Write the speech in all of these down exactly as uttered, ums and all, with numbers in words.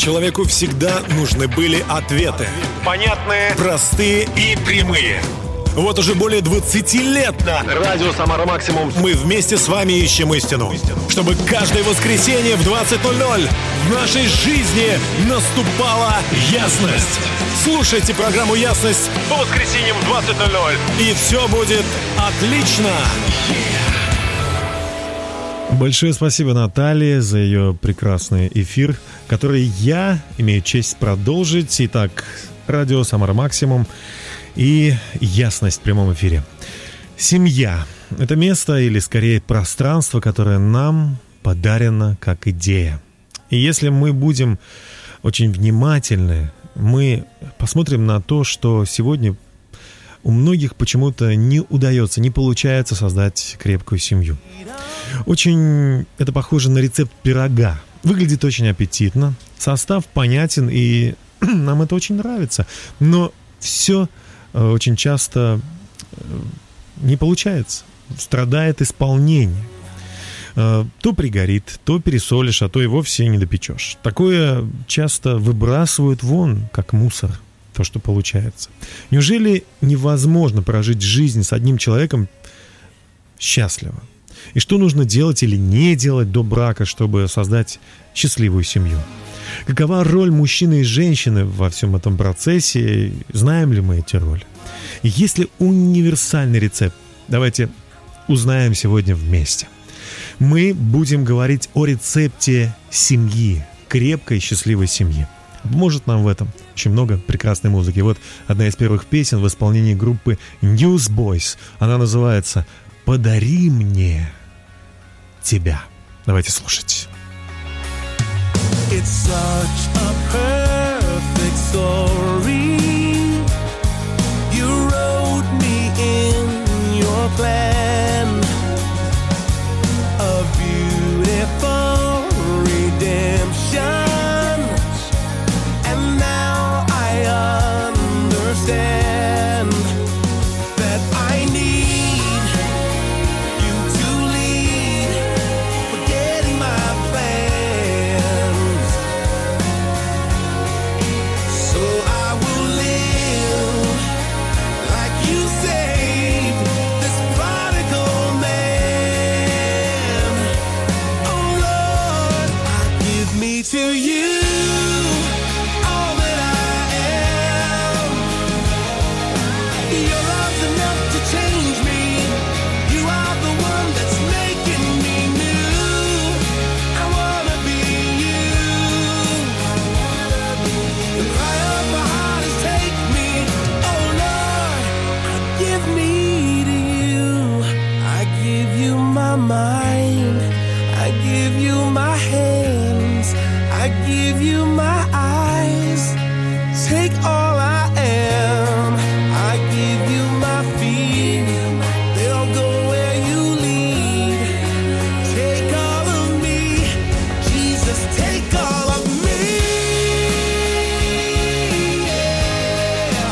Человеку всегда нужны были ответы. Понятные, простые и прямые. Вот уже более двадцати лет на Радио Самара Максимум мы вместе с вами ищем истину, чтобы каждое воскресенье в двадцать ноль ноль в нашей жизни наступала ясность. Слушайте программу «Ясность» по воскресеньям в двадцать ноль ноль, и все будет отлично. Большое спасибо Наталье за ее прекрасный эфир, который я имею честь продолжить. Итак, Радио Самара Максимум и ясность в прямом эфире. Семья – это место или, скорее, пространство, которое нам подарено как идея. И если мы будем очень внимательны, мы посмотрим на то, что сегодня у многих почему-то не удается, не получается создать крепкую семью. Очень это похоже на рецепт пирога. Выглядит очень аппетитно, состав понятен, и нам это очень нравится. Но все очень часто не получается, страдает исполнение. То пригорит, то пересолишь, а то и вовсе не допечешь. Такое часто выбрасывают вон, как мусор, то, что получается. Неужели невозможно прожить жизнь с одним человеком счастливо? И что нужно делать или не делать до брака, чтобы создать счастливую семью? Какова роль мужчины и женщины во всем этом процессе? Знаем ли мы эти роли? Есть ли универсальный рецепт? Давайте узнаем сегодня вместе. Мы будем говорить о рецепте семьи, крепкой, счастливой семьи. Поможет нам в этом очень много прекрасной музыки. Вот одна из первых песен в исполнении группы Newsboys. Она называется «Подари мне тебя». Давайте слушать. It's such a perfect story. You wrote me in your plan. A beautiful redemption. And now I understand that I need you to lead, forgetting my plans. So I will live like you saved this prodigal man. Oh Lord, I give me to you. Mind, I give you my hands, I give you my eyes. Take all I am, I give you my feet. They'll go where you lead. Take all of me, Jesus, take all of me. Yeah.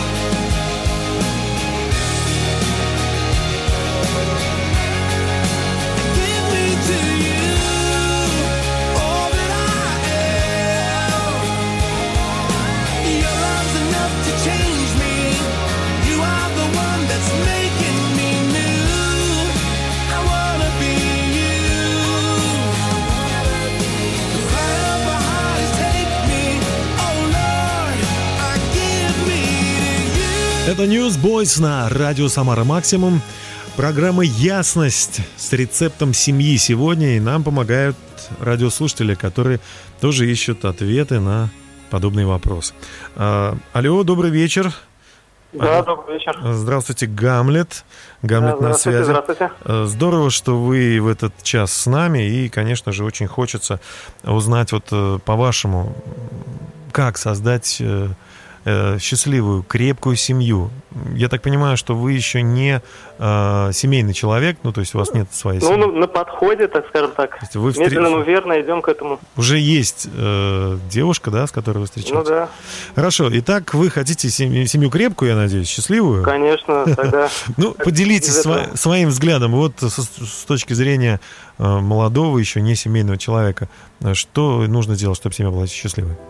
Это Newsboys на Радио Самара Максимум. Программа «Ясность» с рецептом семьи сегодня. И нам помогают радиослушатели, которые тоже ищут ответы на подобные вопросы. А, алло, добрый вечер. Да, добрый вечер. Здравствуйте, Гамлет. Гамлет да, на связи. Здравствуйте. Здорово, что вы в этот час с нами. И, конечно же, очень хочется узнать вот по-вашему, как создать счастливую, крепкую семью. Я так понимаю, что вы еще не э, семейный человек, ну, то есть у вас нет своей семьи. Ну, на подходе, так скажем так. Вы встр... Медленно, но верно идем к этому. Уже есть э, девушка, да, с которой вы встречаетесь? Ну, да. Хорошо. Итак, вы хотите семью, семью крепкую, я надеюсь, счастливую? Конечно, тогда... Ну, поделитесь своим взглядом, вот с точки зрения молодого, еще не семейного человека, что нужно делать, чтобы семья была счастливой?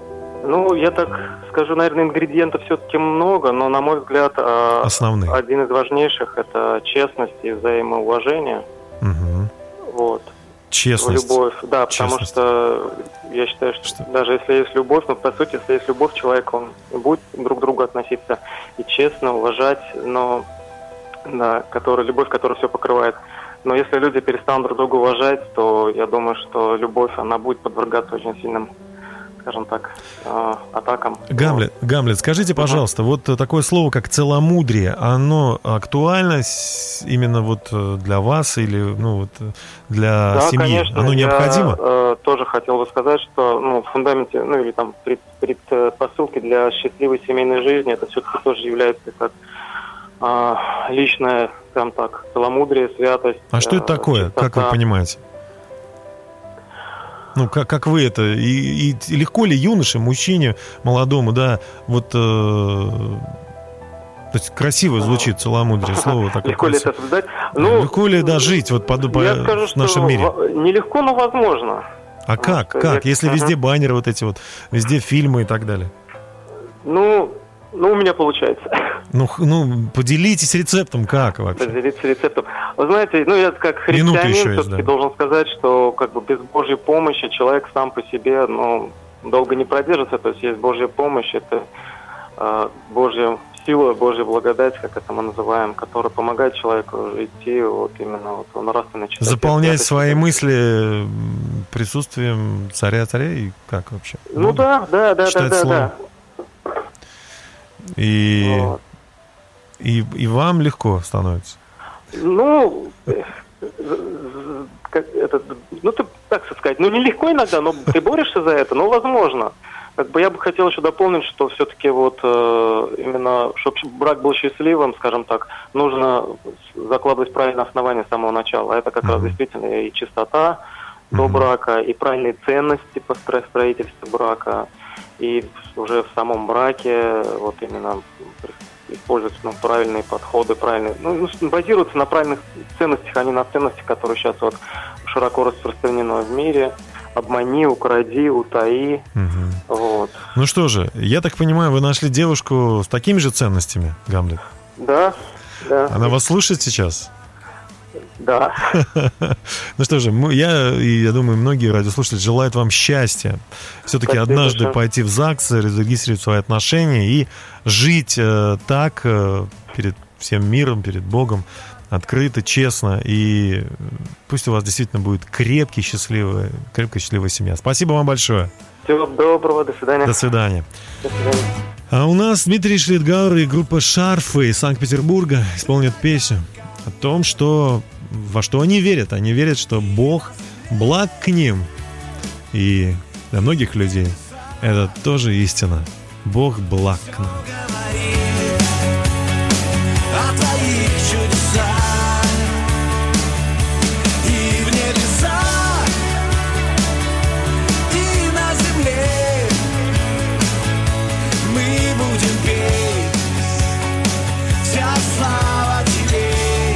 Ну, я так скажу, наверное, ингредиентов все-таки много, но, на мой взгляд, э, Основные. один из важнейших – это честность и взаимоуважение. Угу. Вот. Честность. Любовь, да, Честность. потому что я считаю, что, что даже если есть любовь, ну, по сути, если есть любовь, человек, он будет друг к другу относиться и честно, уважать, но, да, который, любовь, которая все покрывает. Но если люди перестанут друг друга уважать, то я думаю, что любовь, она будет подвергаться очень сильным, скажем так, э, атакам. Гамлет, Гамлет, скажите, пожалуйста, uh-huh. вот такое слово, как целомудрие, оно актуально именно вот для вас или ну, вот для да, семьи? Конечно. Оно необходимо? Я э, тоже хотел бы сказать, что ну, в фундаменте, ну или там предпосылки для счастливой семейной жизни, это все-таки тоже является как э, личное, скажем так, целомудрие, святость. А что это э, такое, чистота. как вы понимаете? Ну, как, как вы это? И, и легко ли юноше, мужчине, молодому, да, вот... Э, то есть красиво звучит целомудрие, слово такое. Легко ли это создать? Ну, легко ли, да, жить вот по, по, я скажу, в нашем мире? Нелегко, но возможно. А как? Как? Я... Если везде баннеры вот эти вот, везде фильмы и так далее. Ну... Ну, у меня получается. Ну, ну, поделитесь рецептом, как вообще? Поделиться рецептом. Вы знаете, ну, я как христианин все-таки есть, да. должен сказать, что как бы без Божьей помощи человек сам по себе, ну, долго не продержится. То есть есть Божья помощь, это э, Божья сила, Божья благодать, как это мы называем, которая помогает человеку идти вот именно вот в нравственной чистоте. Заполнять свои мысли присутствием царя царей, как вообще? Ну, Бога? да, да, да, Читать да, да, слово. да. И, вот. и, и вам легко становится? Ну, как это, ну, ты, так сказать, ну, нелегко иногда, но ты борешься за это, но возможно. Как бы я бы хотел еще дополнить, что все-таки вот э, именно, чтобы брак был счастливым, скажем так, нужно закладывать правильное основание с самого начала. Это как mm-hmm. раз действительно и чистота mm-hmm. до брака, и правильные ценности по строительству брака. И уже в самом браке вот именно используются ну, правильные подходы, правильные, ну, базируются на правильных ценностях, а не на ценностях, которые сейчас вот широко распространены в мире. Обмани, укради, утаи. Угу. Вот. Ну что же, я так понимаю, вы нашли девушку с такими же ценностями, Гамлет? Да, да. Она вас слушает сейчас? Да. Ну что же, я и я думаю, многие радиослушатели желают вам счастья. Все-таки Спасибо однажды большое. пойти в ЗАГС, зарегистрировать свои отношения и жить э, так э, перед всем миром, перед Богом, открыто, честно. И пусть у вас действительно будет крепкий, счастливый, крепкая, счастливая семья. Спасибо вам большое. Всего доброго, до свидания. До свидания. До свидания. А у нас Дмитрий Шлитгауэр и группа «Шарфы» из Санкт-Петербурга исполнят песню о том, что во что они верят. Они верят, что Бог благ к ним. И для многих людей это тоже истина. Бог благ к нам. О твоих чудесах и в небесах, и на земле мы будем петь. Вся слава тебе,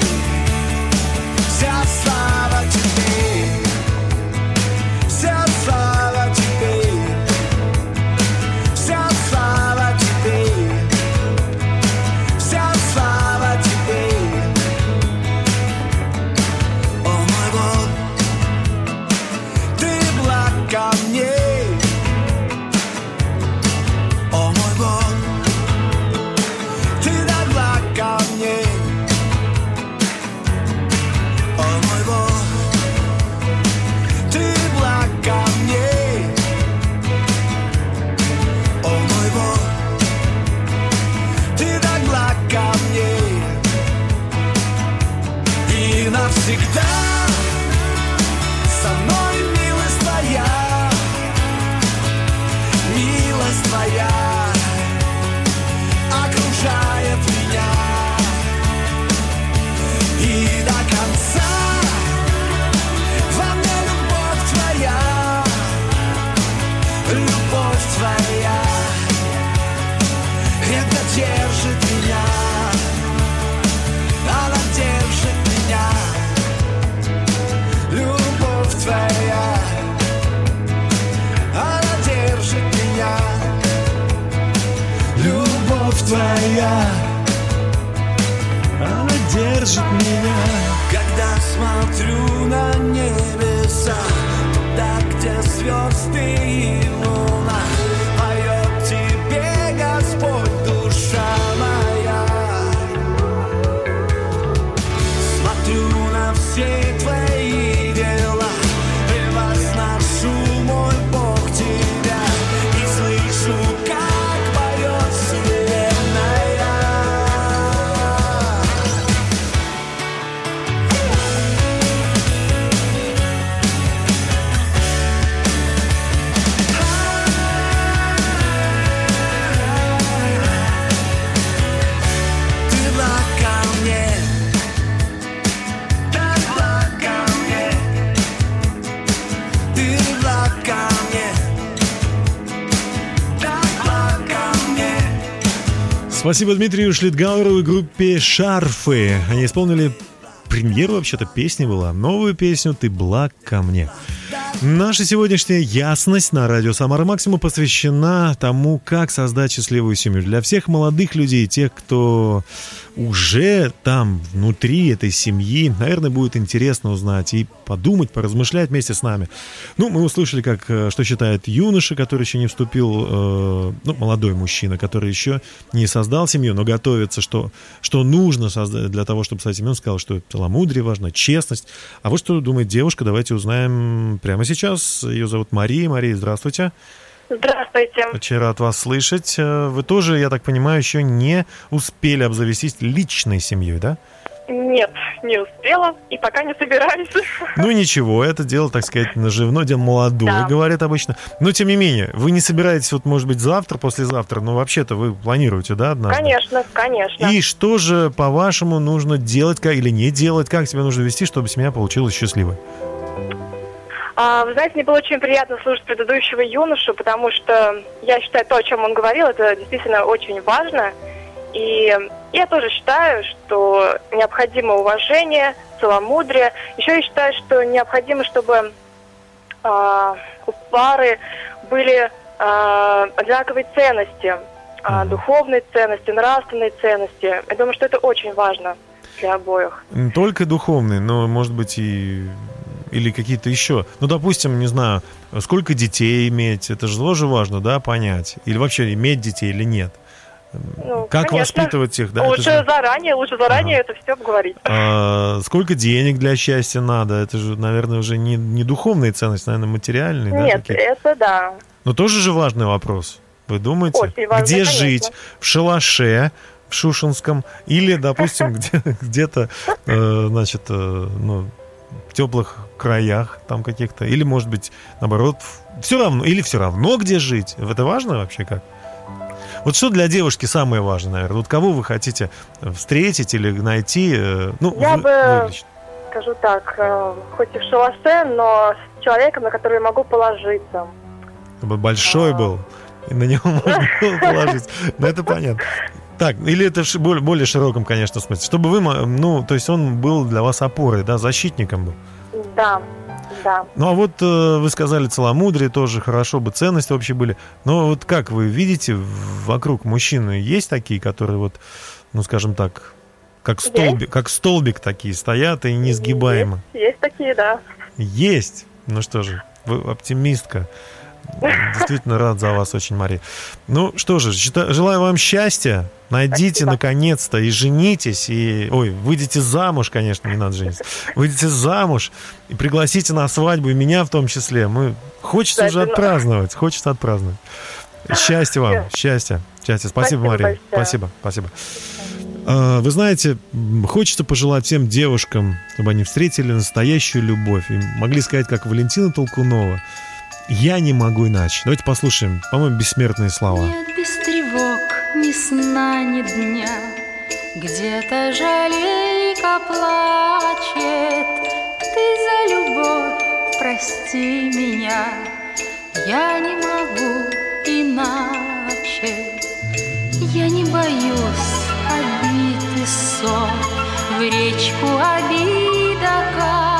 вся слава тебе, вся слава тебе, вся слава тебе, вся слава тебе. твоя, она держит меня. Когда смотрю на небеса, туда, где звезды и луна, поет тебе Господь, душа моя. Смотрю на все твои дела, превозношу, мой Бог, тебя и слышу, как поет вселенная. Ты благ ко мне, так благ ко мне, ты благ ко мне, так благ ко мне. Спасибо Дмитрию Шлитгауэру и группе «Шарфы». Они исполнили премьеру, вообще-то песня была, новую песню «Ты благ ко мне». Наша сегодняшняя ясность на радио «Самара Максимум» посвящена тому, как создать счастливую семью. Для всех молодых людей, тех, кто уже там, внутри этой семьи, наверное, будет интересно узнать и подумать, поразмышлять вместе с нами. Ну, мы услышали, как, что считает юноша, который еще не вступил, э, ну, молодой мужчина, который еще не создал семью, но готовится, что, что нужно создать для того, чтобы создать семью. Он сказал, что целомудрие важно, честность. А вот что думает девушка, давайте узнаем прямо сейчас. Ее зовут Мария. Мария, здравствуйте. Здравствуйте. Очень рад вас слышать. Вы тоже, я так понимаю, еще не успели обзавестись личной семьей, да? Нет, не успела и пока не собираюсь. Ну ничего, это дело, так сказать, наживное, дело молодое, Да. говорят обычно. Но тем не менее, вы не собираетесь, вот, может быть, завтра, послезавтра, но вообще-то вы планируете, да, однажды? Конечно, конечно. И что же, по-вашему, нужно делать как, или не делать, как себя нужно вести, чтобы семья получилась счастливой? А, вы знаете, мне было очень приятно слушать предыдущего юношу, потому что я считаю, то, о чем он говорил, это действительно очень важно. И я тоже считаю, что необходимо уважение, целомудрие. Еще я считаю, что необходимо, чтобы а, у пары были а, одинаковые ценности, а, духовные ценности, нравственные ценности. Я думаю, что это очень важно для обоих. Не только духовные, но, может быть, и... или какие-то еще. Ну, допустим, не знаю, сколько детей иметь, это же тоже важно, да, понять. Или вообще иметь детей или нет. Ну, как конечно. воспитывать их, да? Лучше это же... заранее, лучше заранее Ага. это все обговорить. а, сколько денег для счастья надо? Это же, наверное, уже не, не духовные ценности, наверное, материальные, да? Нет, какие-то? это да. Но тоже же важный вопрос. Вы думаете? Очень важный, где конечно. жить? В шалаше, в Шушинском, или, допустим, где, где-то, э, значит, э, ну, в теплых краях там каких-то, или, может быть, наоборот, все равно, или все равно, где жить. Это важно вообще как? Вот что для девушки самое важное, наверное? Вот кого вы хотите встретить или найти? э, Ну, Я вы- бы, вы лично. скажу так, э, хоть и в шалаше, но с человеком, на который я могу положиться. Чтобы большой А. был, и на него можно было положиться. Ну, это понятно. Так, или это в ши- более, более широком, конечно, смысле. Чтобы вы, мо- ну, то есть он был для вас опорой, да, защитником был. Да, да. Ну, а вот э, вы сказали целомудрие тоже, хорошо бы ценности вообще были. Но вот как вы видите, в- вокруг мужчины есть такие, которые вот, ну, скажем так, как столбик, как столбик такие стоят и несгибаемо? Есть, есть такие, да. Есть. Ну что же, вы оптимистка. Действительно рад за вас очень, Мария. Ну что же, счита- желаю вам счастья. Найдите Спасибо. наконец-то и женитесь. И, ой, выйдите замуж, конечно, не надо жениться. Выйдите замуж и пригласите на свадьбу, и меня в том числе. Мы хочется уже Обязательно. отпраздновать. Хочется отпраздновать. Счастья вам, счастья. Счастья. Спасибо, Спасибо Мария. большое. Спасибо, спасибо. А, Вы знаете, м, хочется пожелать всем девушкам, чтобы они встретили настоящую любовь и могли сказать, как Валентина Толкунова: «Я не могу иначе». Давайте послушаем, по-моему, бессмертные слова. Нет без тревог ни сна, ни дня, где-то жалейка плачет. Ты за любовь прости меня, я не могу иначе. Я не боюсь обид и ссор, в речку обида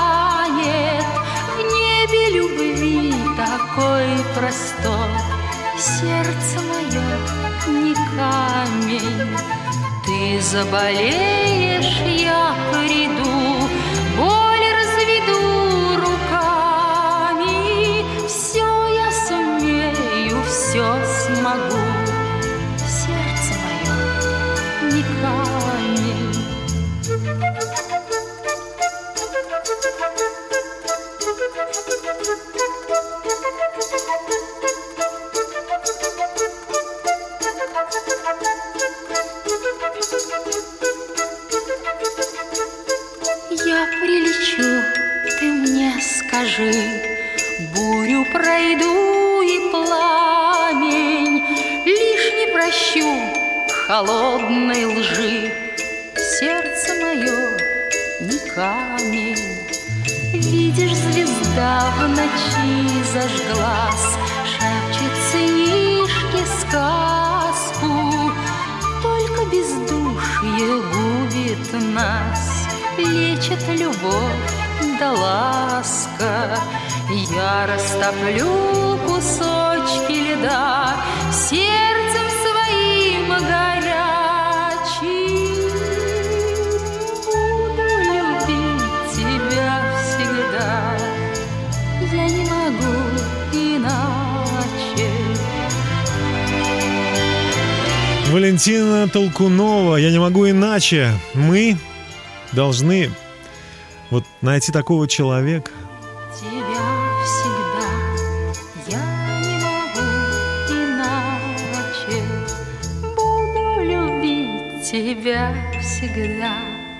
канет. В небе любви такой простор, сердце мое не камень. Ты заболеешь, я приду, боль разведу руками. Все я сумею, все смогу, сердце мое не камень. Я прилечу, ты мне скажи, бурю пройду и пламень, лишь не прощу холодной лжи, сердце мое не камень. Видишь, звезда в ночи зажглась, шепчет сынишке сказку, только бездушье губит нас, лечит любовь да ласка. Я растоплю кусочки льда сердцем своим горячим. Буду любить тебя всегда, я не могу иначе. Валентина Толкунова, «Я не могу иначе». Мы должны вот найти такого человека. Тебя всегда, я не могу иначе. Буду любить тебя всегда,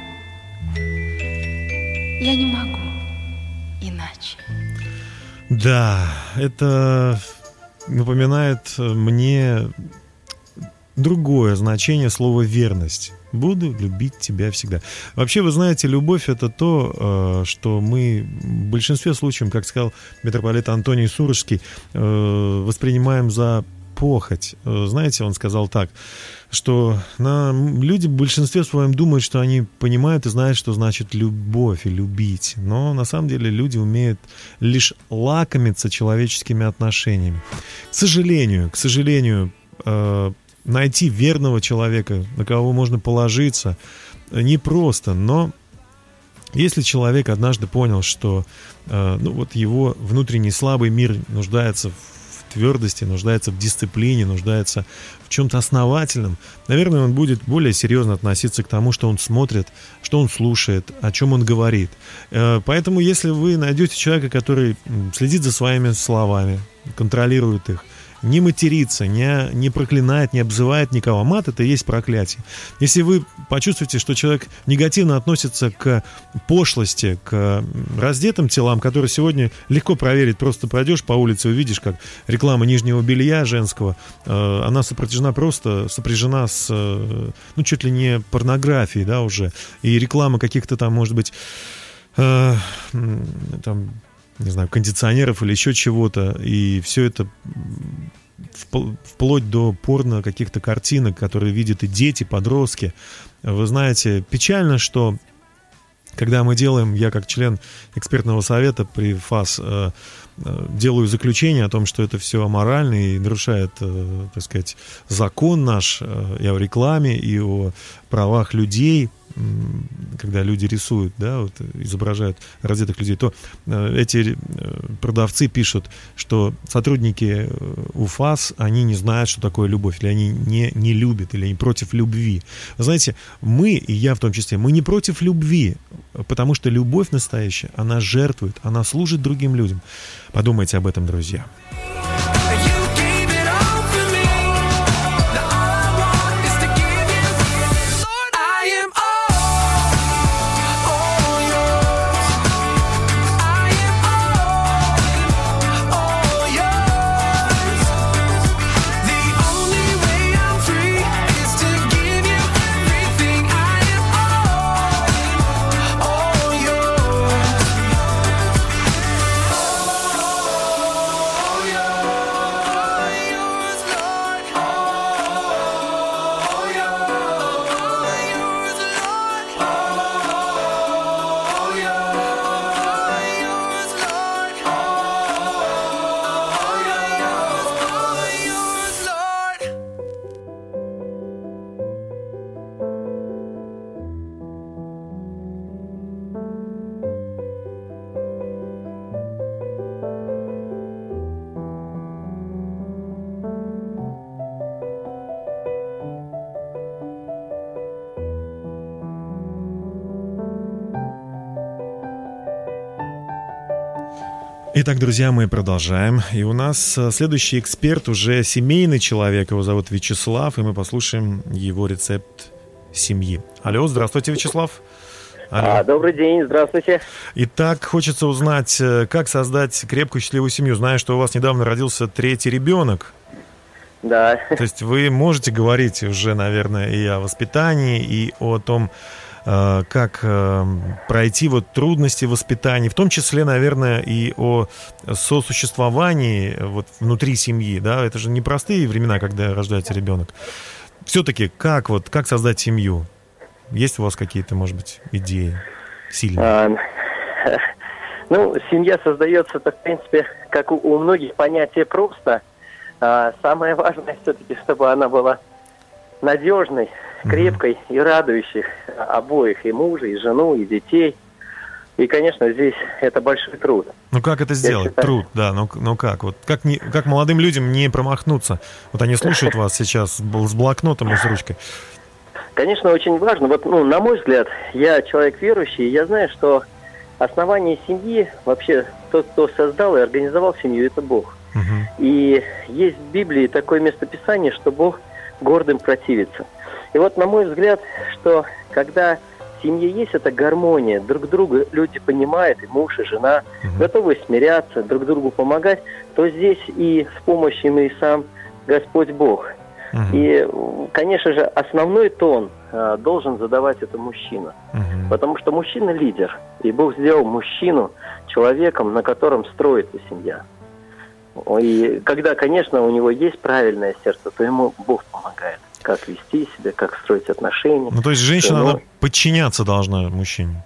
я не могу иначе. Да, это напоминает мне другое значение слова «верность». Буду любить тебя всегда. Вообще, вы знаете, любовь — это то, что мы в большинстве случаев, как сказал митрополит Антоний Сурожский, воспринимаем за похоть. Знаете, он сказал так, что на, люди в большинстве своем думают, что они понимают и знают, что значит любовь и любить. Но на самом деле люди умеют лишь лакомиться человеческими отношениями. К сожалению, к сожалению, найти верного человека, на кого можно положиться, непросто. Но если человек однажды понял, что э, ну, вот его внутренний слабый мир нуждается в твердости, нуждается в дисциплине, нуждается в чем-то основательном, наверное, он будет более серьезно относиться к тому, что он смотрит, что он слушает, о чем он говорит. Э, поэтому, если вы найдете человека, который следит за своими словами, контролирует их, не матерится, не, не проклинает, не обзывает никого. Мат — это и есть проклятие. Если вы почувствуете, что человек негативно относится к пошлости, к раздетым телам, которые сегодня легко проверить, просто пройдешь по улице, увидишь, как реклама нижнего белья женского, э, она сопряжена просто, сопряжена с, э, ну, чуть ли не порнографией, да, уже. И реклама каких-то там, может быть, э, там, не знаю, кондиционеров или еще чего-то, и все это вплоть до порно каких-то картинок, которые видят и дети, подростки. Вы знаете, печально, что когда мы делаем, я как член экспертного совета при ФАС делаю заключение о том, что это все аморально и нарушает, так сказать, закон наш и о рекламе, и о правах людей, когда люди рисуют, да, вот, изображают раздетых людей, то э, эти продавцы пишут, что сотрудники УФАС, они не знают, что такое любовь, или они не, не любят, или они против любви. Вы знаете, мы, и я в том числе, мы не против любви, потому что любовь настоящая, она жертвует, она служит другим людям. Подумайте об этом, друзья. Итак, друзья, мы продолжаем. И у нас следующий эксперт уже семейный человек. Его зовут Вячеслав, и мы послушаем его рецепт семьи. Алло, здравствуйте, Вячеслав. А, добрый день, здравствуйте. Итак, хочется узнать, как создать крепкую, счастливую семью. Знаю, что у вас недавно родился третий ребенок. Да. То есть вы можете говорить уже, наверное, и о воспитании, и о том, как пройти вот трудности воспитания, в том числе, наверное, и о сосуществовании вот внутри семьи, да, это же непростые времена, когда рождается ребенок. Все-таки как вот, как создать семью? Есть у вас какие-то, может быть, идеи сильные? А, ну, семья создается, в принципе, как у, у многих понятие просто. А, самое важное все-таки, чтобы она была надежной, крепкой mm-hmm. и радующей обоих, и мужа, и жену, и детей. И, конечно, здесь это большой труд. Ну как это сделать? Считаю... Труд, да, ну, ну как? Вот как, не, как молодым людям не промахнуться? Вот они слушают вас сейчас с блокнотом и с ручкой. Конечно, очень важно. Вот, ну, на мой взгляд, я человек верующий, и я знаю, что основание семьи, вообще тот, кто создал и организовал семью, это Бог. Uh-huh. И есть в Библии такое местописание, что Бог гордым противится. И вот, на мой взгляд, что когда в семье есть эта гармония, друг друга люди понимают, и муж, и жена, uh-huh. готовы смиряться, друг другу помогать, то здесь и в помощь им и сам Господь Бог. Uh-huh. И, конечно же, основной тон а, должен задавать это мужчина. Uh-huh. Потому что мужчина лидер. И Бог сделал мужчину человеком, на котором строится семья. И когда, конечно, у него есть правильное сердце, то ему Бог помогает. Как вести себя, как строить отношения. Ну, то есть женщина, она подчиняться должна мужчине.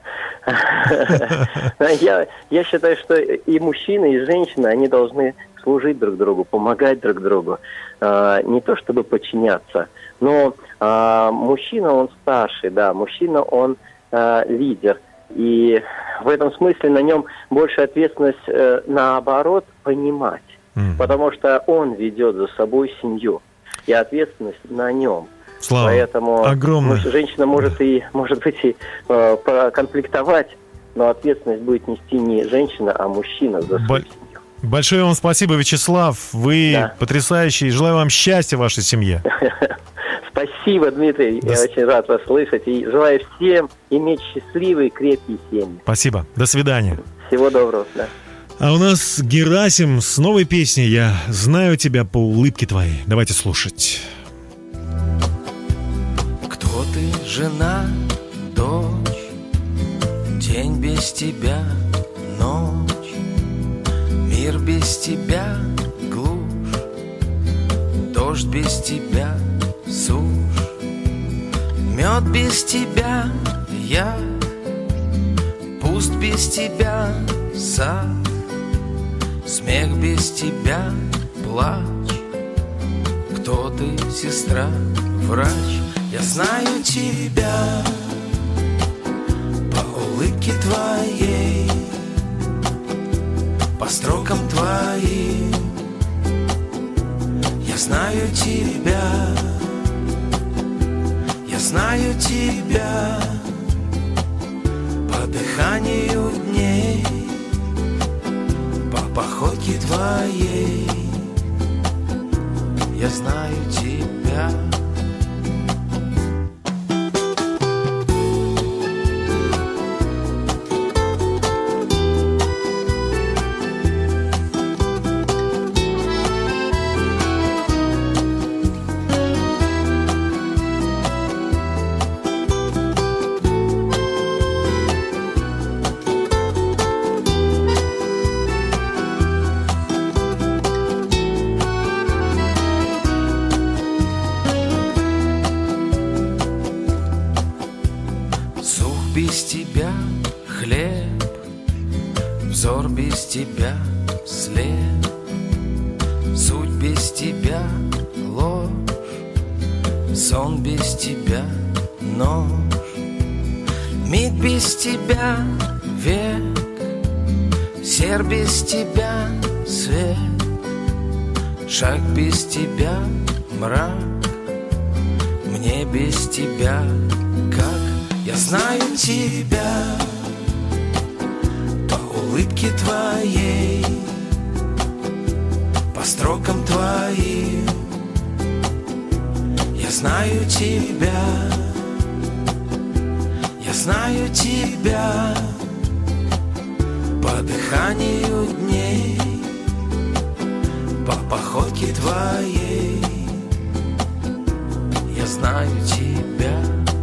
Я, я считаю, что и мужчина, и женщина, они должны служить друг другу, помогать друг другу. А, не то чтобы подчиняться, но а, мужчина, он старший, да, мужчина, он а, лидер. И в этом смысле на нем больше ответственность, э, наоборот, понимать. Mm. Потому что он ведет за собой семью. И ответственность на нем. Слава, поэтому огромное. Женщина может и, может быть, и э, поконфликтовать, но ответственность будет нести не женщина, а мужчина за свою Бо- семью. Большое вам спасибо, Вячеслав. Вы да. потрясающий. Желаю вам счастья в вашей семье. Спасибо, Дмитрий. Я очень рад вас слышать. И желаю всем иметь счастливые, крепкие семьи. Спасибо. До свидания. Всего доброго. Да. А у нас Герасим с новой песней «Я знаю тебя по улыбке твоей». Давайте слушать. Кто ты, жена, дочь, день без тебя, ночь, мир без тебя, глушь, дождь без тебя, сушь, мед без тебя, я, пуст без тебя, сад. Смех без тебя, плач. Кто ты, сестра, врач? Я знаю тебя по улыбке твоей, по строкам твоим. Я знаю тебя, я знаю тебя по дыханию дней, походке твоей. Я знаю тебя. Без тебя хлеб, взор без тебя след, суть без тебя ложь, сон без тебя нож, миг без тебя век, сер без тебя свет, шаг без тебя мрак, мне без тебя как. Я знаю тебя по улыбке твоей, по строкам твоим. Я знаю тебя, я знаю тебя, по дыханию дней, по походке твоей. Я знаю тебя.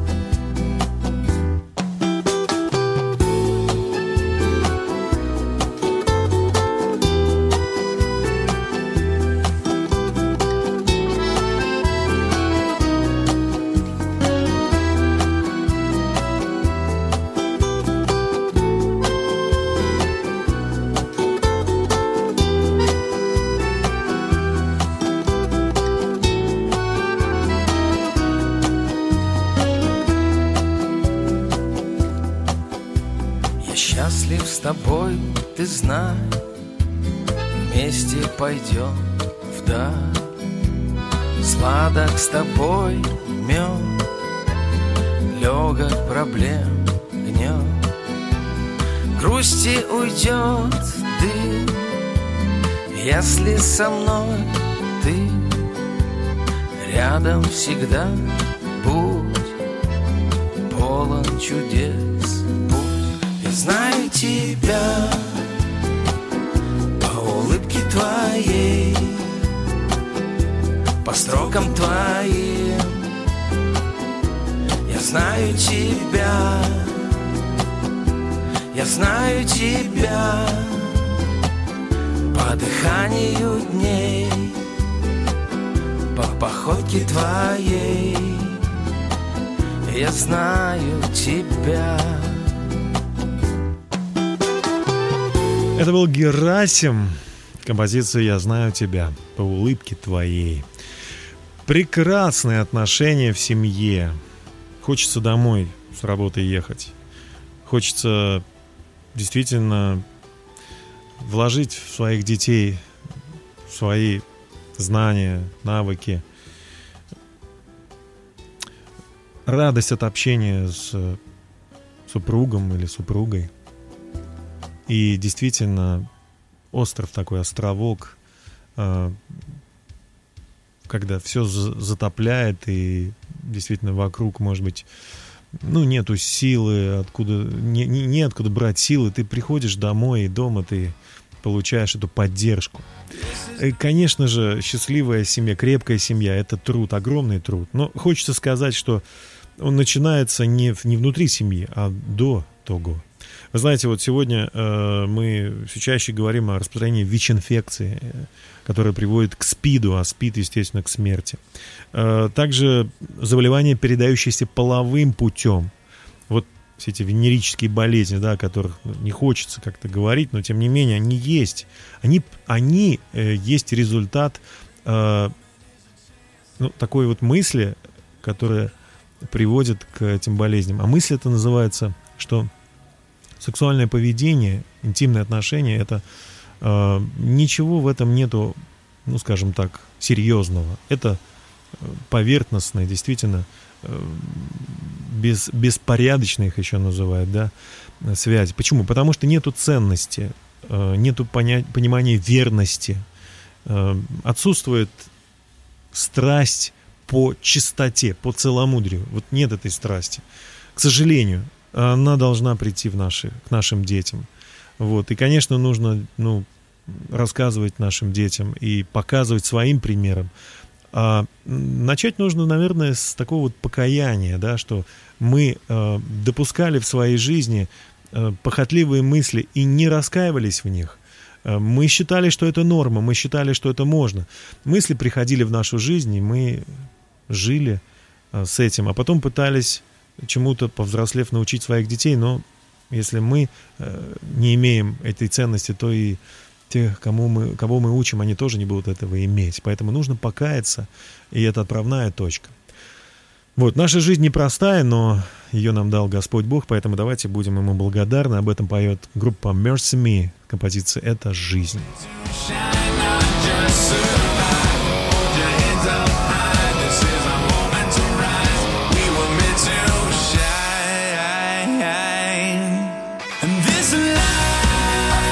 Счастлив с тобой, ты знай, вместе пойдем вдаль. Сладок с тобой мед, легок проблем гнет. Грусти уйдет дым, если со мной ты. Рядом всегда будь, полон чудес. Я знаю тебя, по улыбке твоей, по строкам твоим. Я знаю тебя, я знаю тебя, по дыханию дней, по походке твоей. Я знаю тебя. Это был Герасим. Композиция «Я знаю тебя» по улыбке твоей. Прекрасные отношения в семье. Хочется домой с работы ехать. Хочется действительно вложить в своих детей свои знания, навыки. Радость от общения с супругом или супругой. И действительно, остров такой, островок, когда все затопляет, и действительно вокруг, может быть, ну, нету силы, откуда, не, не, не откуда брать силы. Ты приходишь домой, и дома ты получаешь эту поддержку. И, конечно же, счастливая семья, крепкая семья — это труд, огромный труд. Но хочется сказать, что он начинается не, не внутри семьи, а до того. Вы знаете, вот сегодня э, мы все чаще говорим о распространении ВИЧ-инфекции, э, которая приводит к СПИДу, а СПИД, естественно, к смерти. Э, также заболевания, передающиеся половым путем. Вот все эти венерические болезни, да, о которых не хочется как-то говорить, но тем не менее они есть. Они, они э, есть результат э, ну, такой вот мысли, которая приводит к этим болезням. А мысль это называется, что сексуальное поведение, интимные отношения, это э, ничего в этом нету, ну, скажем так, серьезного. Это поверхностные, действительно, э, без, беспорядочные их еще называют, да, связи. Почему? Потому что нету ценности, э, нету поня- понимания верности, э, отсутствует страсть по чистоте, по целомудрию. Вот нет этой страсти. К сожалению, она должна прийти в наши, к нашим детям. Вот. И, конечно, нужно, ну, рассказывать нашим детям и показывать своим примером. А начать нужно, наверное, с такого вот покаяния, да, что мы э, допускали в своей жизни э, похотливые мысли и не раскаивались в них. Э, мы считали, что это норма, мы считали, что это можно. Мысли приходили в нашу жизнь, и мы жили э, с этим, а потом пытались чему-то, повзрослев, научить своих детей, но если мы э, не имеем этой ценности, то и тех, кому мы, кого мы учим, они тоже не будут этого иметь. Поэтому нужно покаяться, и это отправная точка. Вот, наша жизнь непростая, но ее нам дал Господь Бог, поэтому давайте будем Ему благодарны. Об этом поет группа Mercy Me. Композиция «Это жизнь». And this life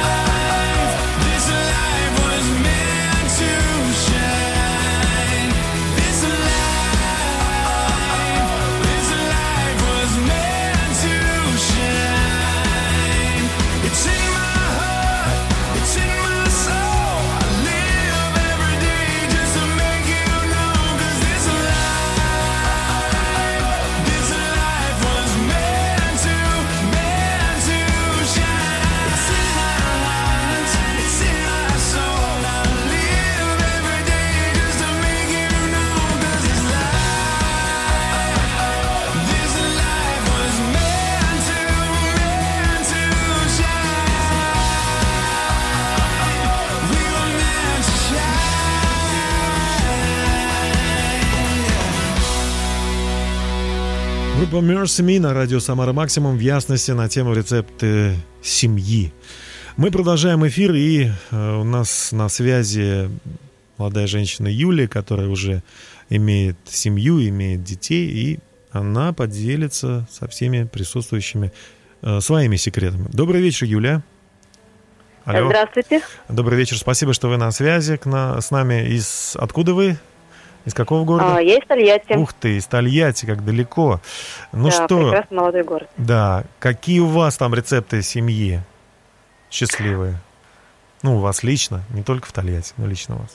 Группа Mercy Me на радио Самара Максимум в ясности на тему рецепты семьи. Мы продолжаем эфир, и э, у нас на связи молодая женщина Юлия, которая уже имеет семью, имеет детей, и она поделится со всеми присутствующими э, своими секретами. Добрый вечер, Юлия. Алло. Здравствуйте. Добрый вечер, спасибо, что вы на связи к на, с нами. Из, откуда вы? Из какого города? А, я из Тольятти. Ух ты, из Тольятти, как далеко. Ну да, что? прекрасный молодой город. Да, какие у вас там рецепты семьи счастливые? Ну, у вас лично, не только в Тольятти, но лично у вас.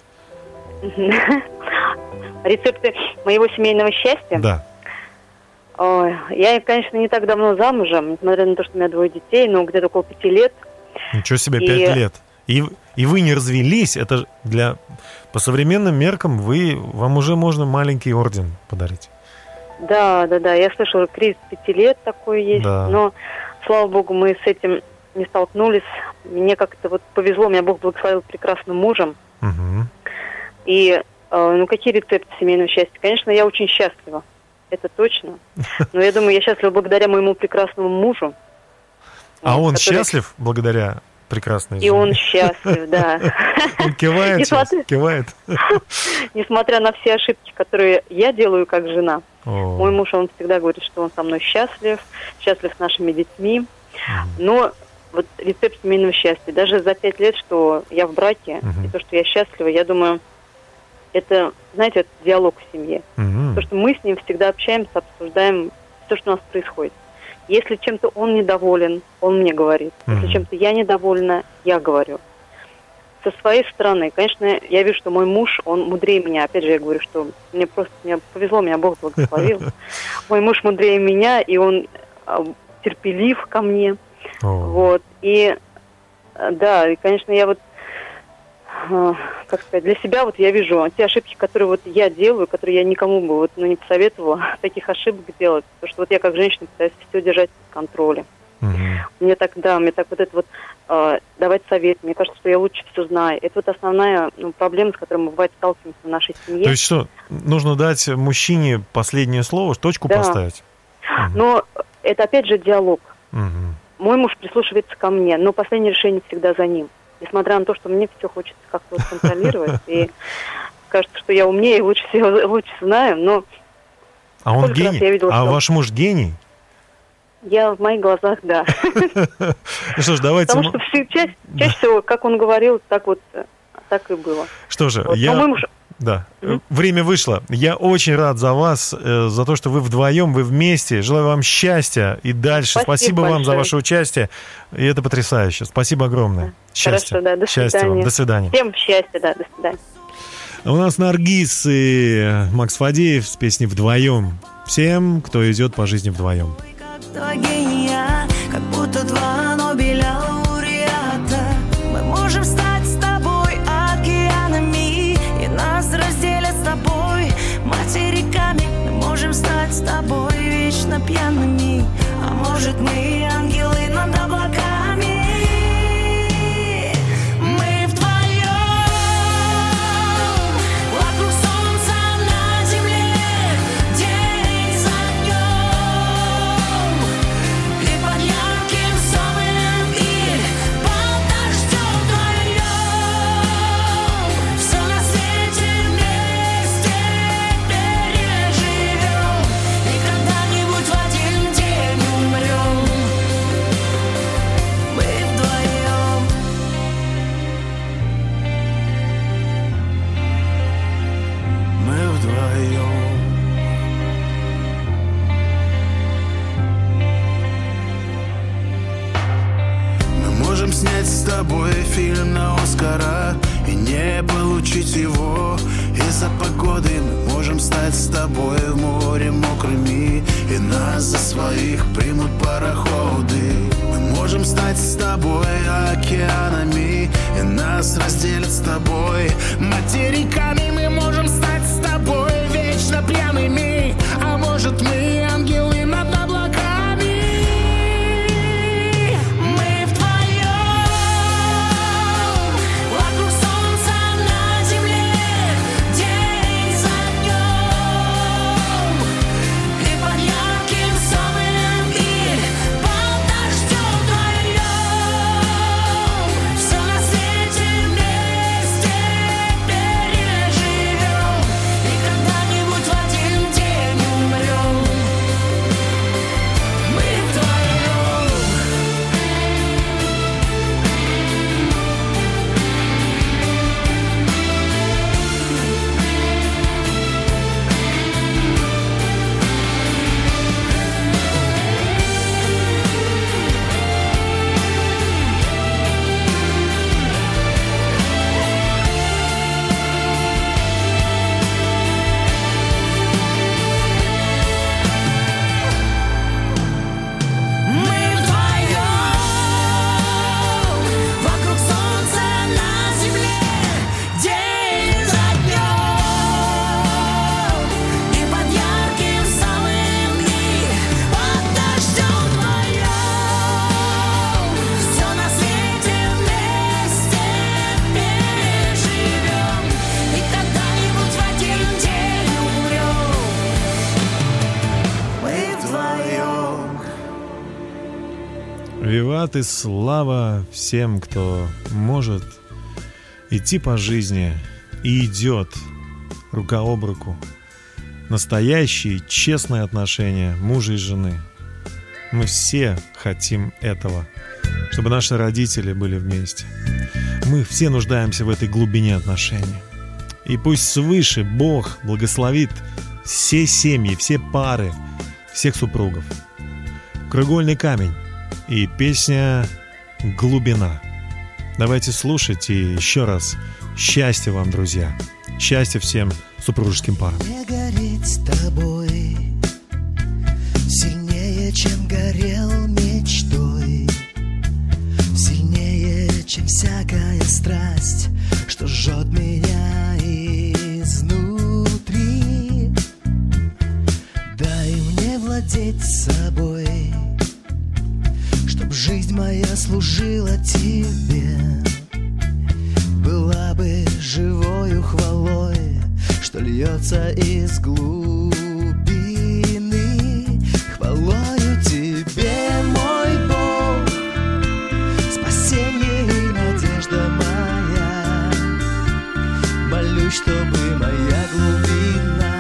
Рецепты моего семейного счастья? Да. Ой, я, конечно, не так давно замужем, несмотря на то, что у меня двое детей, но где-то около пяти лет. Ничего себе, и... пять лет. И, и вы не развелись, это для... По современным меркам вы, вам уже можно маленький орден подарить. Да, да, да, я слышала, кризис пяти лет такой есть, да. Но, слава богу, мы с этим не столкнулись. Мне как-то вот повезло, меня Бог благословил прекрасным мужем. Угу. И, э, ну, какие рецепты семейного счастья? Конечно, я очень счастлива, это точно. Но я думаю, я счастлива благодаря моему прекрасному мужу. А он счастлив благодаря... прекрасной И жене. Он счастлив, да. Он кивает, несмотря... кивает. Несмотря на все ошибки, которые я делаю как жена, О. мой муж, он всегда говорит, что он со мной счастлив, счастлив с нашими детьми. Mm. Но вот рецепт семейного счастья, даже за пять лет, что я в браке, mm-hmm. и то, что я счастлива, я думаю, это, знаете, это диалог в семье. Mm-hmm. То, что мы с ним всегда общаемся, обсуждаем все, что у нас происходит. Если чем-то он недоволен, он мне говорит. Если mm-hmm. чем-то я недовольна, я говорю. Со своей стороны, конечно, я вижу, что мой муж, он мудрее меня. Опять же, я говорю, что мне просто мне повезло, меня Бог благословил. Мой муж мудрее меня, и он терпелив ко мне. Вот. И да, и, конечно, я вот, как сказать, для себя вот я вижу те ошибки, которые вот я делаю, которые я никому бы вот, ну, не посоветовала таких ошибок делать. Потому что вот я как женщина пытаюсь все держать под контролем. Uh-huh. Мне так, да, мне так вот это вот э, давать совет. Мне кажется, что я лучше все знаю. Это вот основная, ну, проблема, с которой мы, бывает, сталкиваемся в нашей семье. То есть что, нужно дать мужчине последнее слово, точку да. поставить? Uh-huh. Но это опять же диалог. Uh-huh. Мой муж прислушивается ко мне, но последнее решение всегда за ним. Несмотря на то, что мне все хочется как-то вот контролировать. И кажется, что я умнее и лучше всего лучше знаю, но... А он гений? Видела, а что... ваш муж гений? Я в моих глазах, да. Ну что ж, давайте... Потому что все, чаще, чаще всего, как он говорил, так вот, так и было. Что же, вот, я... Муж... Да, mm-hmm. время вышло. Я очень рад за вас, э, за то, что вы вдвоем, вы вместе. Желаю вам счастья и дальше. Спасибо, Спасибо вам за ваше участие. И это потрясающе. Спасибо огромное. Да. Счастья. Хорошо, да, до счастья свидания. Вам. До свидания. Всем счастья, да, до свидания. У нас Наргиз и Макс Фадеев с песней «Вдвоем». Всем, кто идет по жизни вдвоем. Два гения, как будто два Нобеля лауреата. Мы можем стать с тобой океанами, и нас разделят с тобой материками. Мы можем стать с тобой вечно пьяными, а может мы ангелы над облаками. Мы вдвоем вокруг солнца на земле, день за днем, и под ярким солнцем, и под дождем вдвоем. Все на свете вместе переживем, и когда-нибудь в один день умрем. Мы вдвоем. Мы вдвоем. Мы можем снять с тобой фильм на Оскара и не получить его из-за погоды. Мы можем стать с тобой в море мокрыми, и нас за своих примут пароходы. Мы можем стать с тобой океанами, и нас разделят с тобой материками. Мы можем стать с тобой вечно пьяными, а может мы ангелы над облаками. Мы вдвоем вокруг солнца на земле, день за днем, и под ярким Виват и слава всем, кто может идти по жизни и идет рука об руку. Настоящие, честные отношения мужа и жены. Мы все хотим этого, чтобы наши родители были вместе. Мы все нуждаемся в этой глубине отношений. И пусть свыше Бог благословит все семьи, все пары, всех супругов. «Краеугольный камень» и песня «Глубина». Давайте слушать и еще раз счастья вам, друзья. Счастья всем супружеским парам. Не гореть с тобой сильнее, чем горел мечтой, сильнее, чем всякая страсть, что жжет меня изнутри. Дай мне владеть собой, чтоб жизнь моя служила тебе, была бы живою хвалой, что льется из глубины. Хвалою тебе, мой Бог, спасение и надежда моя. Молюсь, чтобы моя глубина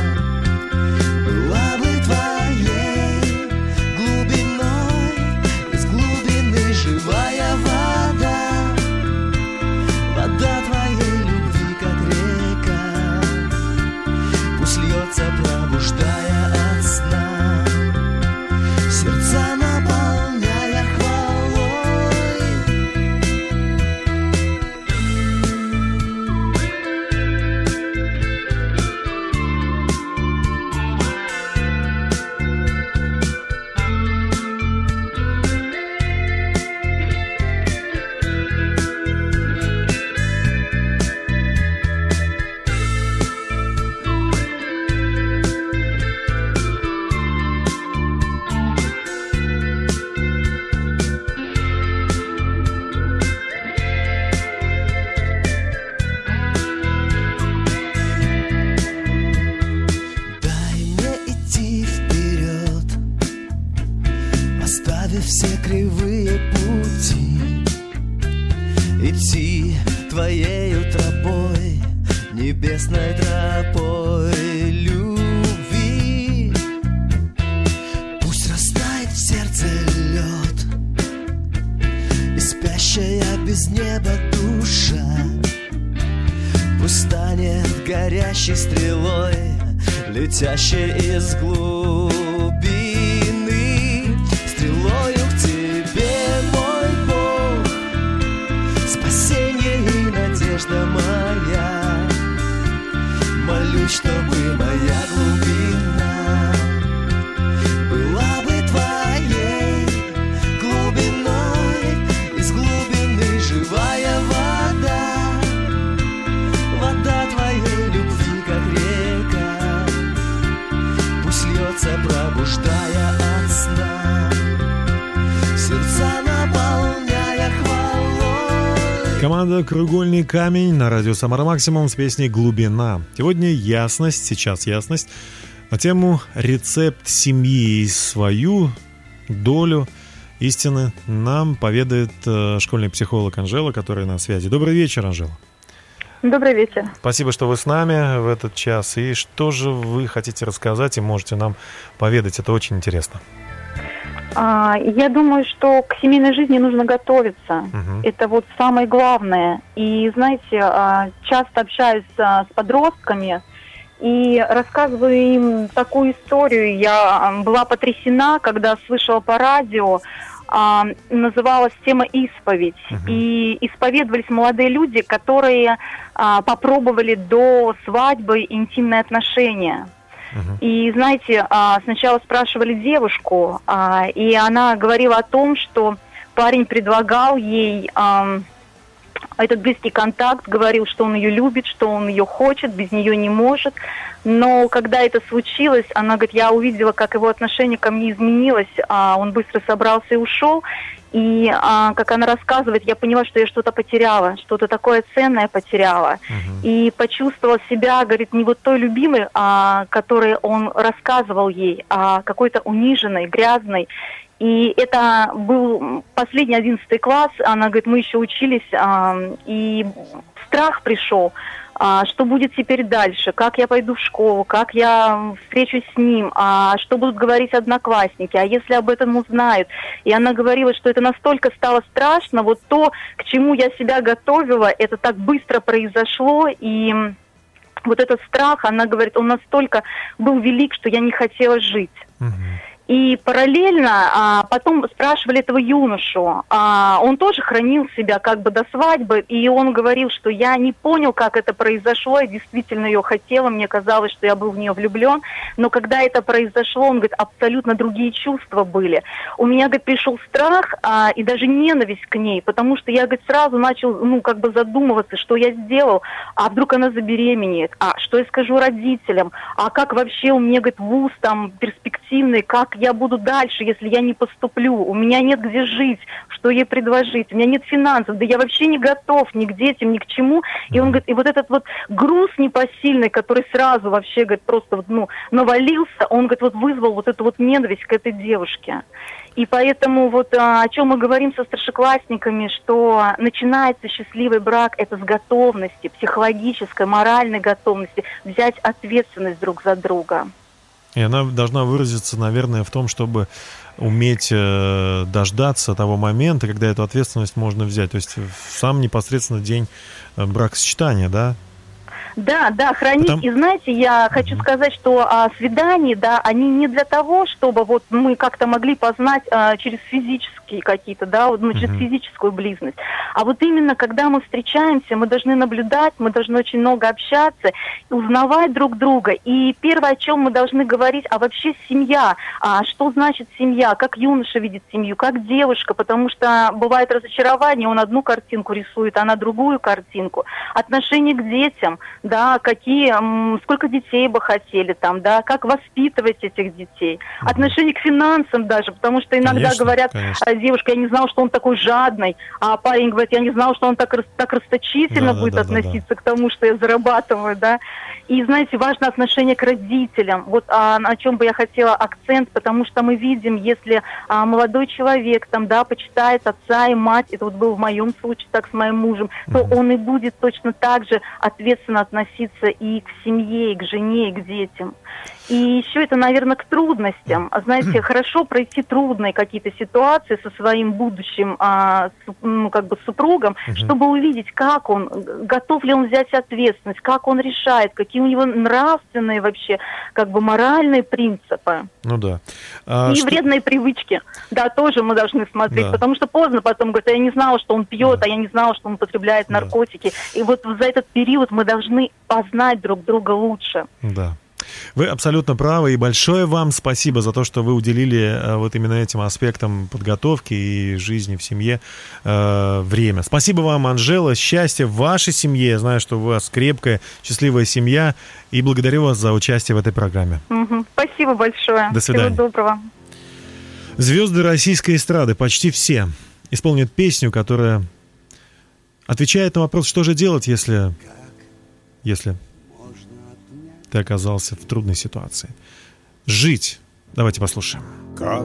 была бы твоей глубиной, из глубины живая вода, вода твоей любви, как река, пусть льется, пробуждая от сна, сердца наполняя хвалой. Дай мне идти вперед, оставив все кривые пути, идти твоею тропой, небесной тропой любви. Пусть растает в сердце лед, и спящая без неба душа пусть станет горящей стрелой, летящей из глубины. Стрелою к тебе, мой Бог, спасение и надежда моя. Молюсь, чтобы моя глубина была бы твоей глубиной, из глубины живая вода, вода твоей любви, как река, пусть льется, пробуждая от сна, сердца наполняя хвалой. Команда «Краеугольный камень» на радио «Самара Максимум» с песней «Глубина». Сегодня ясность, сейчас ясность на тему рецепт семьи и свою долю истины нам поведает э, школьный психолог Анжела, которая на связи. Добрый вечер, Анжела. Добрый вечер. Спасибо, что вы с нами в этот час. И что же вы хотите рассказать и можете нам поведать? Это очень интересно. А, я думаю, что к семейной жизни нужно готовиться. Угу. Это вот самое главное. И, знаете, а, часто общаюсь а, с подростками и рассказываю им такую историю. Я была потрясена, когда слышала по радио, а, называлась тема «Исповедь». Uh-huh. И исповедовались молодые люди, которые а, попробовали до свадьбы интимные отношения. Uh-huh. И, знаете, а, сначала спрашивали девушку, а, и она говорила о том, что парень предлагал ей а, этот близкий контакт, говорил, что он ее любит, что он ее хочет, без нее не может. Но когда это случилось, она говорит, я увидела, как его отношение ко мне изменилось, а он быстро собрался и ушел. И а, как она рассказывает, я поняла, что я что-то потеряла, что-то такое ценное потеряла. Uh-huh. И почувствовала себя, говорит, не вот той любимой, а, которой он рассказывал ей, а какой-то униженной, грязной. И это был последний одиннадцатый класс, она говорит, мы еще учились, а, и страх пришел. А, что будет теперь дальше, как я пойду в школу, как я встречусь с ним, а, что будут говорить одноклассники, а если об этом узнают. И она говорила, что это настолько стало страшно, вот то, к чему я себя готовила, это так быстро произошло, и вот этот страх, она говорит, он настолько был велик, что я не хотела жить. И параллельно а, потом спрашивали этого юношу, а, он тоже хранил себя как бы до свадьбы, и он говорил, что я не понял, как это произошло, я действительно ее хотела, мне казалось, что я был в нее влюблен, но когда это произошло, он говорит, абсолютно другие чувства были. У меня, говорит, пришел страх а, и даже ненависть к ней, потому что я, говорит, сразу начал, ну, как бы задумываться, что я сделал, а вдруг она забеременеет, а что я скажу родителям, а как вообще у меня, говорит, вуз там перспективный, как я буду дальше, если я не поступлю, у меня нет где жить, что ей предложить, у меня нет финансов, да я вообще не готов ни к детям, ни к чему. И он говорит, и вот этот вот груз непосильный, который сразу вообще, говорит, просто вот, ну, навалился, он, говорит, вот вызвал вот эту вот ненависть к этой девушке. И поэтому вот а, о чем мы говорим со старшеклассниками, что начинается счастливый брак, это с готовности, психологической, моральной готовности взять ответственность друг за друга. И она должна выразиться, наверное, в том, чтобы уметь э, дождаться того момента, когда эту ответственность можно взять. То есть в сам непосредственно день бракосочетания, да? Да, да, хранить. Потому... И знаете, я хочу mm-hmm. сказать, что а, свидания, да, они не для того, чтобы вот мы как-то могли познать а, через физические какие-то, да, ну, через mm-hmm. физическую близость. А вот именно, когда мы встречаемся, мы должны наблюдать, мы должны очень много общаться, узнавать друг друга. И первое, о чем мы должны говорить, а вообще семья, а, что значит семья, как юноша видит семью, как девушка, потому что бывает разочарование, он одну картинку рисует, она другую картинку. Отношение к детям, да, какие, сколько детей бы хотели там, да, как воспитывать этих детей. Mm-hmm. Отношение к финансам даже, потому что иногда конечно, говорят, конечно. девушка, я не знала, что он такой жадный, а парень говорит, я не знала, что он так, так расточительно да, будет да, относиться да, да. к тому, что я зарабатываю, да. И, знаете, важно отношение к родителям. Вот а, на чем бы я хотела акцент, потому что мы видим, если а, молодой человек там, да, почитает отца и мать, это вот был в моем случае так с моим мужем, то mm-hmm. он и будет точно так же ответственно относиться и к семье, и к жене, и к детям. И еще это, наверное, к трудностям. Знаете, хорошо пройти трудные какие-то ситуации со своим будущим, а, с, ну, как бы супругом, uh-huh. чтобы увидеть, как он, готов ли он взять ответственность, как он решает, какие у него нравственные вообще, как бы моральные принципы. Ну да. А и что... вредные привычки. Да, тоже мы должны смотреть, да. потому что поздно потом говорят, я не знала, что он пьет, да. а я не знала, что он употребляет наркотики. Да. И вот за этот период мы должны познать друг друга лучше. Да. Вы абсолютно правы, и большое вам спасибо за то, что вы уделили вот именно этим аспектам подготовки и жизни в семье э, время. Спасибо вам, Анжела, счастья в вашей семье. Я знаю, что у вас крепкая, счастливая семья, и благодарю вас за участие в этой программе. Угу. Спасибо большое. До свидания. Всего доброго. Звезды российской эстрады, почти все, исполнят песню, которая отвечает на вопрос, что же делать, если... если... ты оказался в трудной ситуации. Жить. Давайте послушаем. Как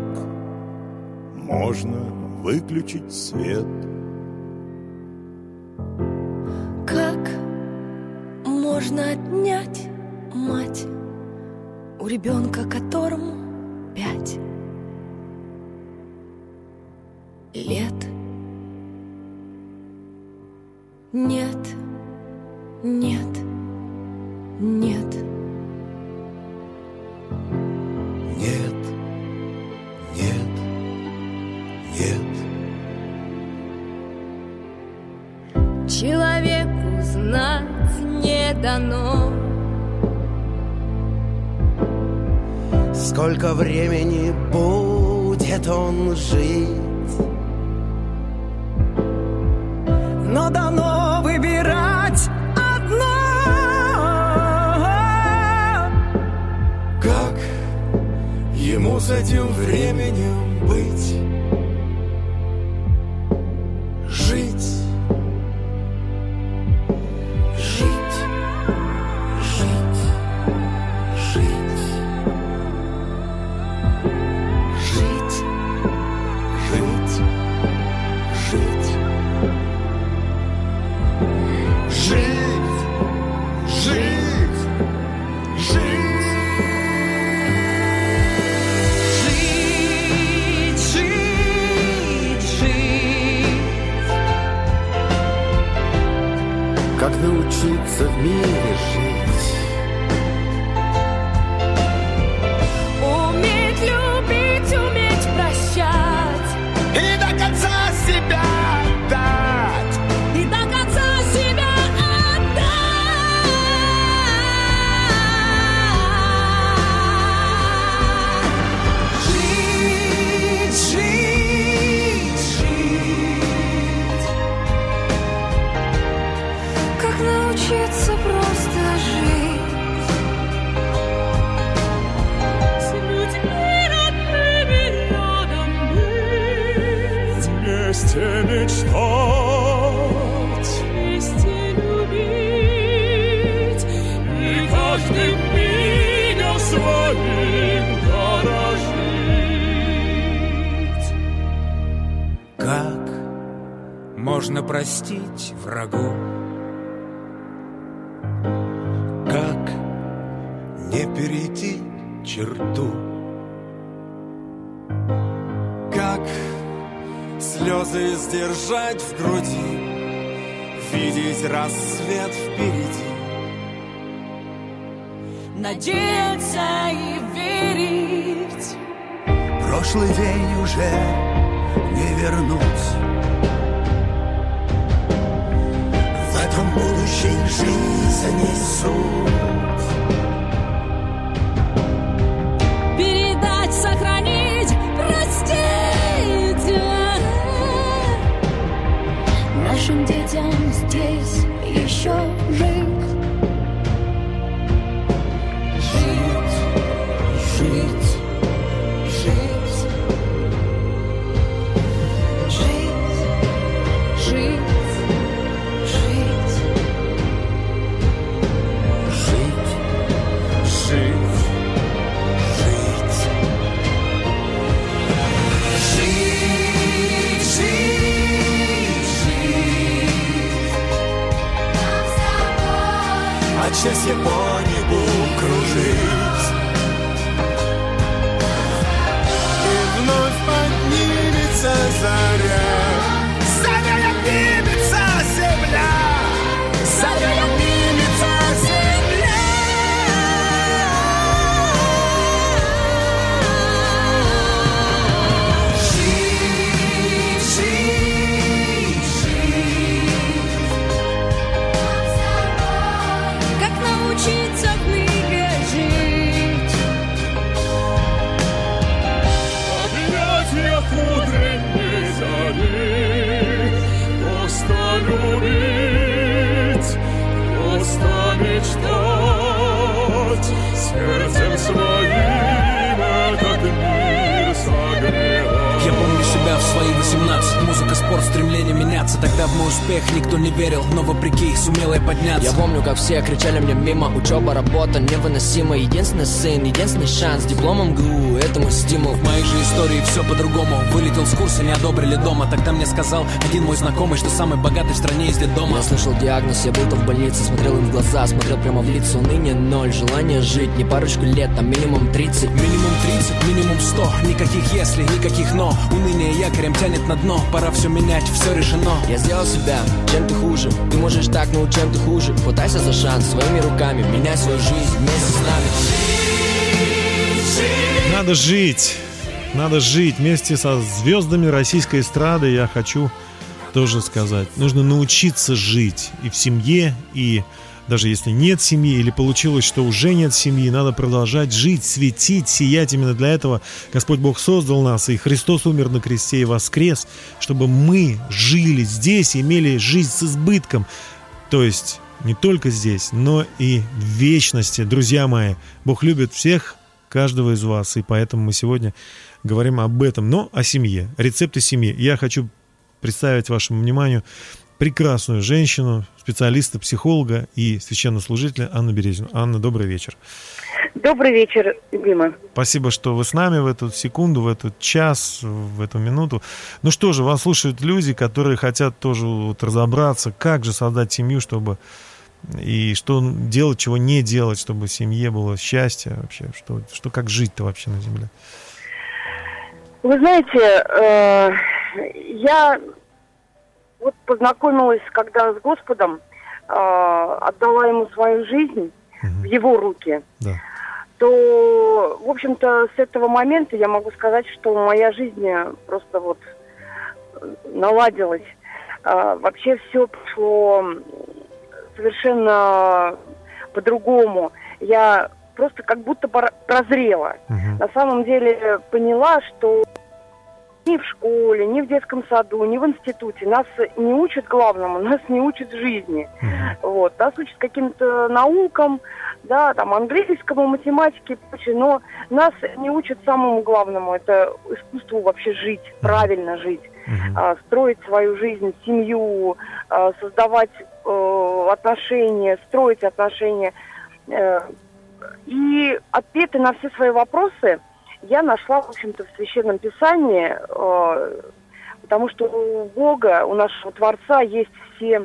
можно выключить свет? Как можно отнять мать у ребенка, которому пять лет? Нет, нет, нет. Нет, нет, нет. Человеку знать не дано, сколько времени будет он жить, но дано выбирать одно. Как ему с этим временем быть? научиться в мире жить. Уметь любить, уметь прощать. И до конца себя отдать. И до конца себя отдать. Жить, жить, жить. Как научиться просто жить. С людьми родными рядом быть. Вместе мечтать, Вместе любить. и каждым мигом своим дорожить. Как можно простить врагу? Как не перейти черту? Как слезы сдержать в груди, видеть рассвет впереди? Надеяться и верить. Прошлый день уже не вернуть. В этом будущей жизни суть. Передать, сохранить, простить. Нашим детям здесь еще жить. Жить, жить, жить. Жить, жить, жить. Жить, жить, жить. Жить, жить, жить. От счастья по небу кружить. И вновь поднимется заря. Заря поднимется земля. Заря поднимется земля. Жить, жить, жить. Как научиться в мире жить. Объятия утренней зари. Просто любить, просто мечтать. Сердцем своим этот мир согревать. Я помню себя в свои восемнадцать. Музыка, спорт, стремление меняться. Тогда в мой успех никто не верил, но вопреки сумел я подняться. Я помню, как все кричали мне мимо. Учеба, работа невыносима. Единственный сын, единственный шанс. Дипломом ГУ, это мой стимул. В моей же истории все по-другому. Вылетел с курса, не одобрили дома. Тогда мне сказал один мой знакомый, что самый богатый в стране из детдома. Я слышал диагноз, я был-то в больнице. Смотрел им в глаза, смотрел прямо в лицо. Ныне ноль, желание жить. Не парочку лет, а минимум тридцать. Минимум тридцать, минимум сто. Никаких если, никаких но. Уныние якорем тянет на дно. Пора все менять, все решено. Я сделал себя, чем ты хуже. Ты можешь так, но чем ты хуже. Хватайся за шанс своими руками. Меняй свою жизнь вместе с нами. Надо жить. Надо жить вместе со звездами российской эстрады. Я хочу тоже сказать. Нужно научиться жить и в семье, и даже если нет семьи или получилось, что уже нет семьи, надо продолжать жить, светить, сиять. Именно для этого Господь Бог создал нас, и Христос умер на кресте и воскрес, чтобы мы жили здесь и имели жизнь с избытком. То есть не только здесь, но и в вечности. Друзья мои, Бог любит всех, каждого из вас, и поэтому мы сегодня говорим об этом, но о семье, рецепты семьи. Я хочу представить вашему вниманию прекрасную женщину, специалиста, психолога и священнослужителя Анну Березину. Анна, добрый вечер. Добрый вечер, Дима. Спасибо, что вы с нами в эту секунду, в этот час, в эту минуту. Ну что же, вас слушают люди, которые хотят тоже вот разобраться, как же создать семью, чтобы и что делать, чего не делать, чтобы в семье было счастье вообще, что, что как жить-то вообще на земле. Вы знаете, э, я вот познакомилась когда с Господом, э, э, отдала ему свою жизнь в его руки, Да. то, в общем-то, с этого момента я могу сказать, что моя жизнь просто вот наладилась. А, вообще все пошло совершенно по-другому. Я просто как будто пор- прозрела. Мгм. На самом деле поняла, что ни в школе, ни в детском саду, ни в институте нас не учат главному, нас не учат жизни. Вот. Нас учат каким-то наукам, да, там, английскому, математике и прочее, но нас не учат самому главному, это искусству вообще жить, правильно жить, а, строить свою жизнь, семью, а, создавать э, отношения, строить отношения. Э, и ответы на все свои вопросы я нашла, в общем-то, в Священном Писании, э, потому что у Бога, у нашего Творца есть все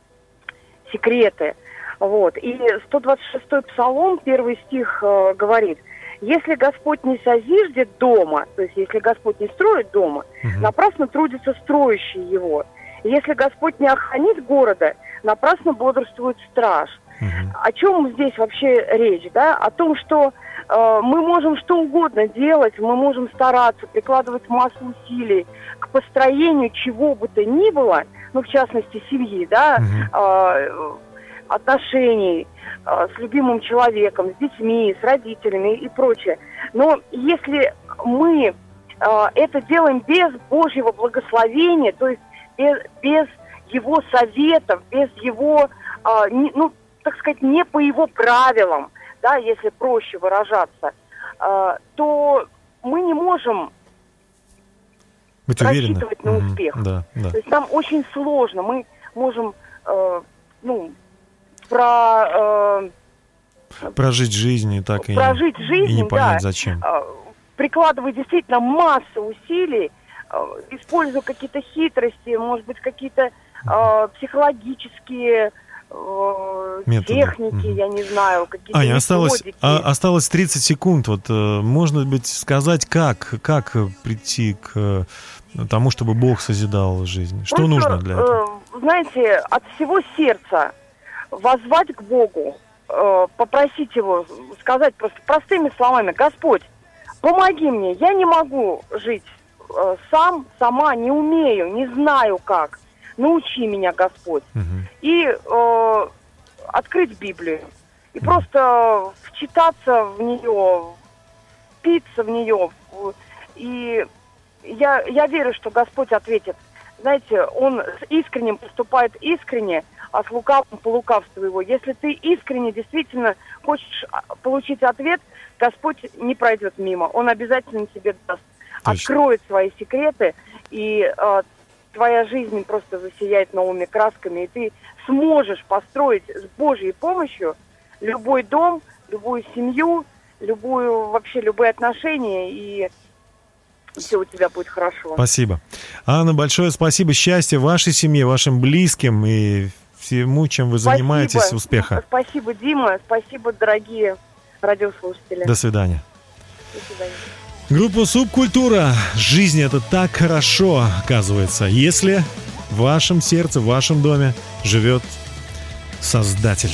секреты. Вот. И сто двадцать шестой Псалом, первый стих э, говорит: «Если Господь не созиждет дома, то есть если Господь не строит дома, напрасно трудятся строящие его. И если Господь не охранит города, напрасно бодрствует страж». О чем здесь вообще речь, да? О том, что э, мы можем что угодно делать, мы можем стараться, прикладывать массу усилий к построению чего бы то ни было, ну, в частности, семьи, да, э, отношений э, с любимым человеком, с детьми, с родителями и прочее. Но если мы э, это делаем без Божьего благословения, то есть без, без Его советов, без Его, э, не, ну, так сказать, не по Его правилам, да, если проще выражаться, э, то мы не можем Быть уверены. рассчитывать на Мгм. успех. Да, да. То есть нам очень сложно. Мы можем, э, ну, про... э, Прожить жизнь и так и, прожить жизнь, и не понять, да, зачем. э, прикладывать действительно массу усилий, э, используя какие-то хитрости, может быть, какие-то э, психологические э, Методы. техники, я не знаю, какие-то Аня, осталось, методики. а- осталось тридцать секунд. Вот, э, можно быть сказать, как, как э, прийти к э, тому, чтобы Бог созидал жизнь? Что Просто, нужно для этого? э, знаете, от всего сердца воззвать к Богу, э, попросить Его, сказать просто простыми словами: Господь, помоги мне, я не могу жить э, сам, сама, не умею, не знаю как. Научи меня, Господь. И э, открыть Библию. И просто вчитаться в нее, впиться в нее. И я, я верю, что Господь ответит. Знаете, Он с искренним поступает искренне, а с лукавым по лукавству его. Если ты искренне действительно хочешь получить ответ, Господь не пройдет мимо. Он обязательно тебе даст. Точно. Откроет свои секреты, и э, твоя жизнь просто засияет новыми красками, и ты сможешь построить с Божьей помощью любой дом, любую семью, любую, вообще любые отношения, и все у тебя будет хорошо. Спасибо. Анна, большое спасибо. Счастья вашей семье, вашим близким и всему, чем вы занимаетесь. Спасибо. Успеха. Спасибо, Дима. Спасибо, дорогие радиослушатели. До свидания. До свидания. Группа «Субкультура». Жизнь — это так хорошо, оказывается, если в вашем сердце, в вашем доме живет Создатель.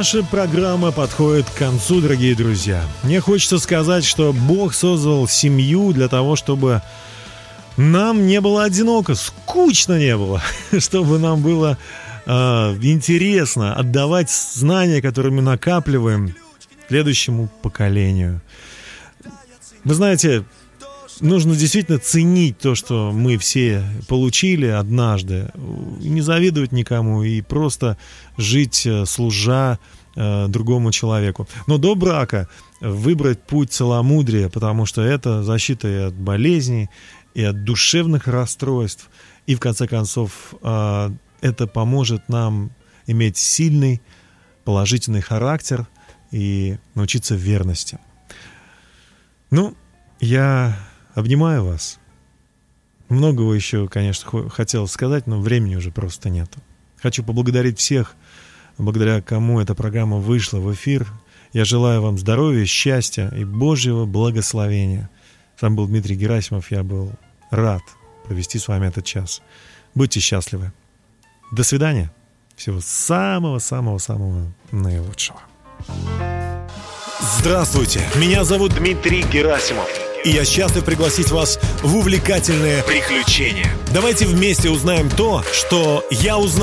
наша программа подходит к концу, дорогие друзья. Мне хочется сказать, что Бог создал семью для того, чтобы нам не было одиноко, скучно не было, чтобы нам было э, интересно отдавать знания, которые мы накапливаем следующему поколению. Вы знаете, нужно действительно ценить то, что мы все получили однажды, не завидовать никому и просто жить, служа э, другому человеку. Но до брака выбрать путь целомудрия, потому что это защита и от болезней, и от душевных расстройств, и в конце концов э, это поможет нам иметь сильный, положительный характер и научиться верности. Ну, я обнимаю вас. Многого еще, конечно, хотел сказать, но времени уже просто нету. Хочу поблагодарить всех, благодаря кому эта программа вышла в эфир. Я желаю вам здоровья, счастья и Божьего благословения. Сам был Дмитрий Герасимов, я был рад провести с вами этот час. Будьте счастливы. До свидания. Всего самого-самого-самого наилучшего. Здравствуйте, меня зовут Дмитрий Герасимов, и я счастлив пригласить вас в увлекательное приключение. Давайте вместе узнаем то, что я узнал